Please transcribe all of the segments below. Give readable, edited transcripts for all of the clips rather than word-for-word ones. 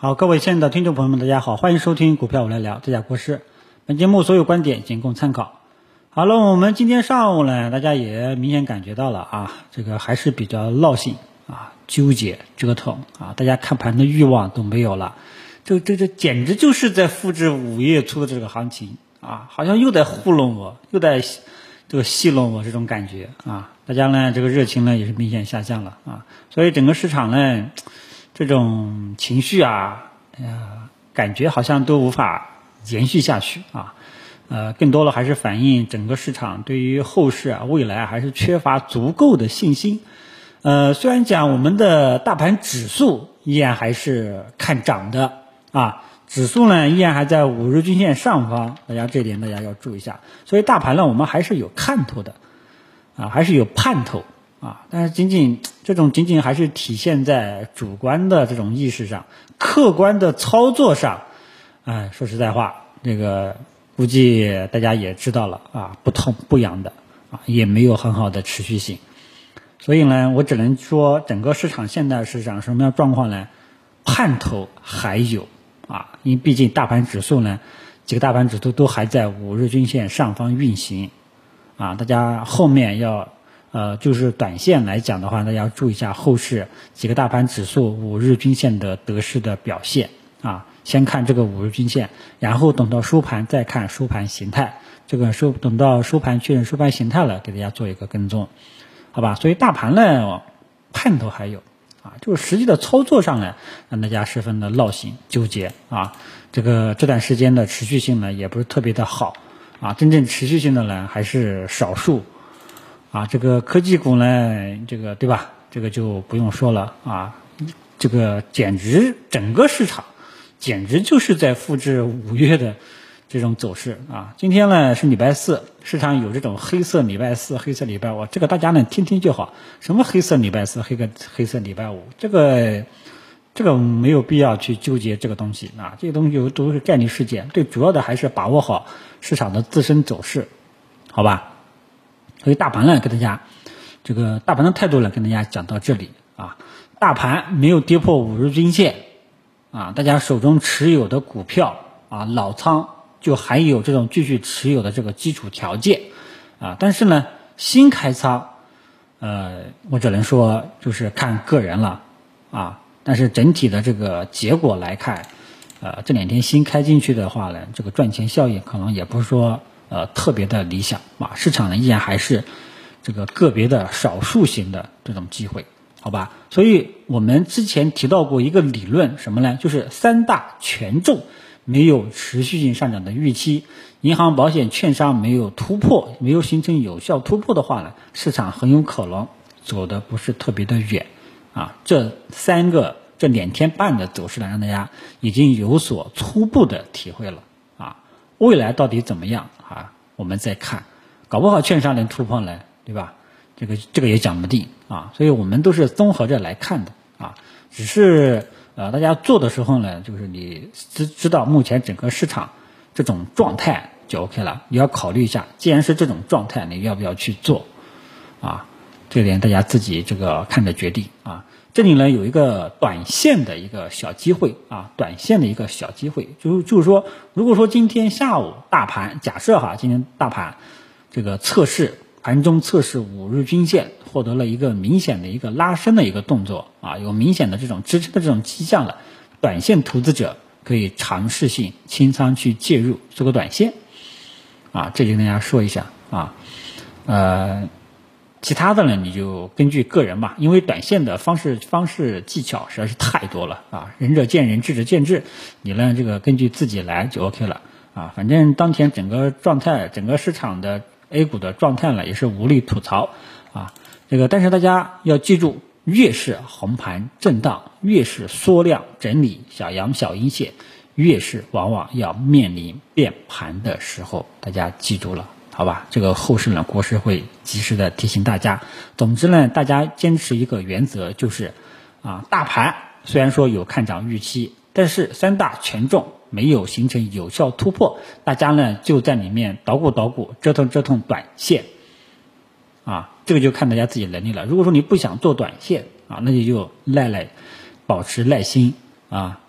好，各位亲爱的听众朋友们，大家好，欢迎收听股票我来聊，这家国师。本节目所有观点仅供参考。好了，我们今天上午呢，大家也明显感觉到了啊，这个还是比较闹心啊，纠结折腾啊，大家看盘的欲望都没有了。这简直就是在复制5月初的这个行情啊，好像又在糊弄我，又在这个戏弄我这种感觉啊。大家呢，这个热情呢也是明显下降了啊，所以整个市场呢，这种情绪啊，感觉好像都无法延续下去啊。更多的还是反映整个市场对于后市啊、未来还是缺乏足够的信心。虽然讲我们的大盘指数依然还是看涨的啊，指数呢依然还在5日均线上方，这一点大家要注意一下。所以大盘呢，我们还是有看头的啊，还是有盼头啊，但是仅仅还是体现在主观的这种意识上，客观的操作上，说实在话，这个估计大家也知道了啊，不痛不痒的啊，也没有很好的持续性。所以呢，我只能说整个市场现在市场什么样状况呢？盼头还有啊，因为毕竟大盘指数呢，几个大盘指数都还在5日均线上方运行啊，大家后面要就是短线来讲的话，大家要注意一下后市几个大盘指数5日均线的得失的表现啊。先看这个5日均线，然后等到收盘再看收盘形态，等到收盘确认收盘形态了，给大家做一个跟踪，好吧？所以大盘呢，盼头还有啊，就是实际的操作上呢，让大家十分的闹心纠结啊。这段时间的持续性呢，也不是特别的好啊，真正持续性的呢还是少数啊。这个科技股呢，这个对吧？这个就不用说了啊，这个简直整个市场简直就是在复制5月的这种走势啊！今天呢是礼拜四，市场有这种黑色礼拜四、黑色礼拜五，这个大家呢听听就好。什么黑色礼拜四、黑色礼拜五，这个没有必要去纠结这个东西啊！这个东西都是概率事件，最主要的还是把握好市场的自身走势，好吧？所以大盘呢，跟大家这个大盘的态度呢，跟大家讲到这里啊。大盘没有跌破5日均线。啊，大家手中持有的股票啊，老仓就还有这种继续持有的这个基础条件啊，但是呢，新开仓，我只能说就是看个人了啊，但是整体的这个结果来看，这2天新开进去的话呢，这个赚钱效应可能也不是说特别的理想啊，市场呢依然还是这个个别的少数型的这种机会。好吧，所以我们之前提到过一个理论，什么呢？就是3大权重没有持续性上涨的预期，银行、保险、券商没有突破，没有形成有效突破的话呢，市场很有可能走的不是特别的远啊。这2天半的走势呢，让大家已经有所初步的体会了啊。未来到底怎么样啊？我们再看，搞不好券商能突破呢，对吧？这个也讲不定啊，所以我们都是综合着来看的啊。只是大家做的时候呢，就是你知道目前整个市场这种状态就 OK 了。你要考虑一下，既然是这种状态，你要不要去做啊？这点大家自己这个看着决定啊。这里呢有一个短线的一个小机会啊，就是说，如果说今天下午大盘假设今天大盘这个盘中测试5日均线，获得了一个明显的一个拉升的一个动作啊，有明显的这种支撑的这种迹象了，短线投资者可以尝试性清仓去介入做个短线啊，这就跟大家说一下啊。其他的呢你就根据个人吧，因为短线的方式技巧实在是太多了啊，仁者见仁，智者见智，你呢这个根据自己来就 OK 了啊。反正当前整个状态，整个市场的A 股的状态呢也是无力吐槽啊，但是大家要记住，越是横盘震荡，越是缩量整理小阳小阴线，越是往往要面临变盘的时候，大家记住了，好吧？这个后市呢，国师会及时的提醒大家。总之呢，大家坚持一个原则，就是大盘虽然说有看涨预期，但是3大权重没有形成有效突破，大家呢就在里面捣鼓折腾短线啊，这个就看大家自己能力了。如果说你不想做短线啊，那你就保持耐心啊，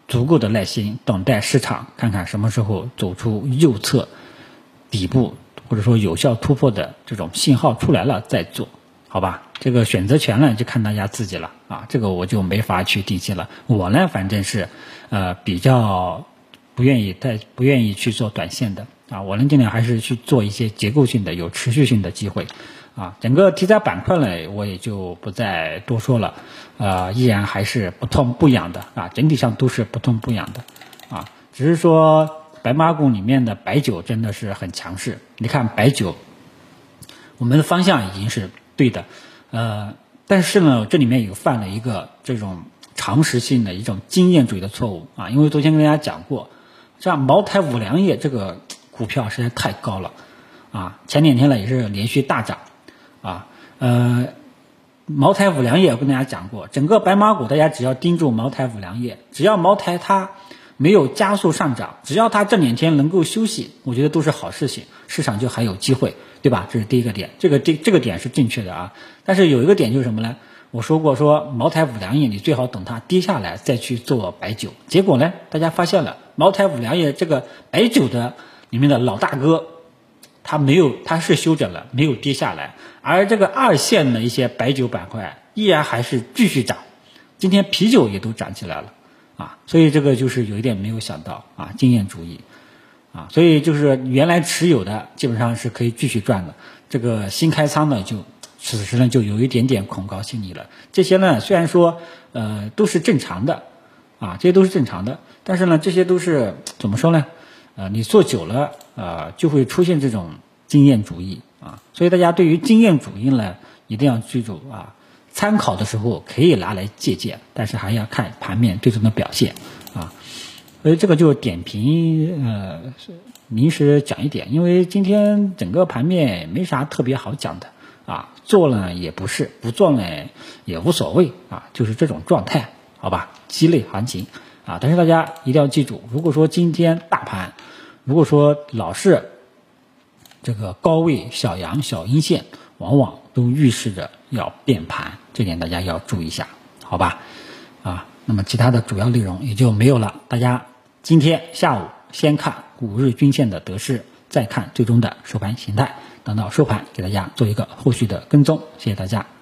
足够的耐心等待市场看看什么时候走出右侧底部或者说有效突破的这种信号出来了再做，好吧？这个选择权呢就看大家自己了啊，这个我就没法去定性了。我呢反正是比较不愿意去做短线的啊，我呢尽量还是去做一些结构性的有持续性的机会啊。整个题材板块呢我也就不再多说了，依然还是不痛不痒的啊，整体上都是不痛不痒的啊，只是说白马股里面的白酒真的是很强势。你看白酒，我们的方向已经是对的，但是呢，这里面有犯了一个这种常识性的一种经验主义的错误啊。因为昨天跟大家讲过，像茅台、五粮液这个股票实在太高了啊，前两天呢也是连续大涨啊。茅台、五粮液我跟大家讲过，整个白马股大家只要盯住茅台、五粮液，只要茅台它没有加速上涨，只要它这两天能够休息，我觉得都是好事情，市场就还有机会，对吧？这是第一个点，这个点是正确的啊。但是有一个点就是什么呢？我说过茅台、五粮液你最好等它跌下来再去做白酒。结果呢，大家发现了茅台、五粮液这个白酒的里面的老大哥，它是休整了，没有跌下来，而这个二线的一些白酒板块依然还是继续涨，今天啤酒也都涨起来了啊，所以这个就是有一点没有想到啊，经验主义啊，所以就是原来持有的基本上是可以继续赚的，这个新开仓的此时呢就有一点点恐高心理了。这些呢虽然说都是正常的啊，这些都是正常的，但是呢这些都是怎么说呢？你做久了就会出现这种经验主义啊，所以大家对于经验主义呢一定要记住啊，参考的时候可以拿来借鉴，但是还要看盘面最终的表现啊。所以这个就点评临时讲一点，因为今天整个盘面没啥特别好讲的啊，做了也不是，不做呢也无所谓啊，就是这种状态，好吧？鸡肋行情啊，但是大家一定要记住，如果说今天大盘如果说老是这个高位小阳小阴线，往往都预示着要变盘，这点大家要注意一下，好吧？啊，那么其他的主要内容也就没有了，大家今天下午先看5日均线的得失，再看最终的收盘形态，等到收盘给大家做一个后续的跟踪，谢谢大家。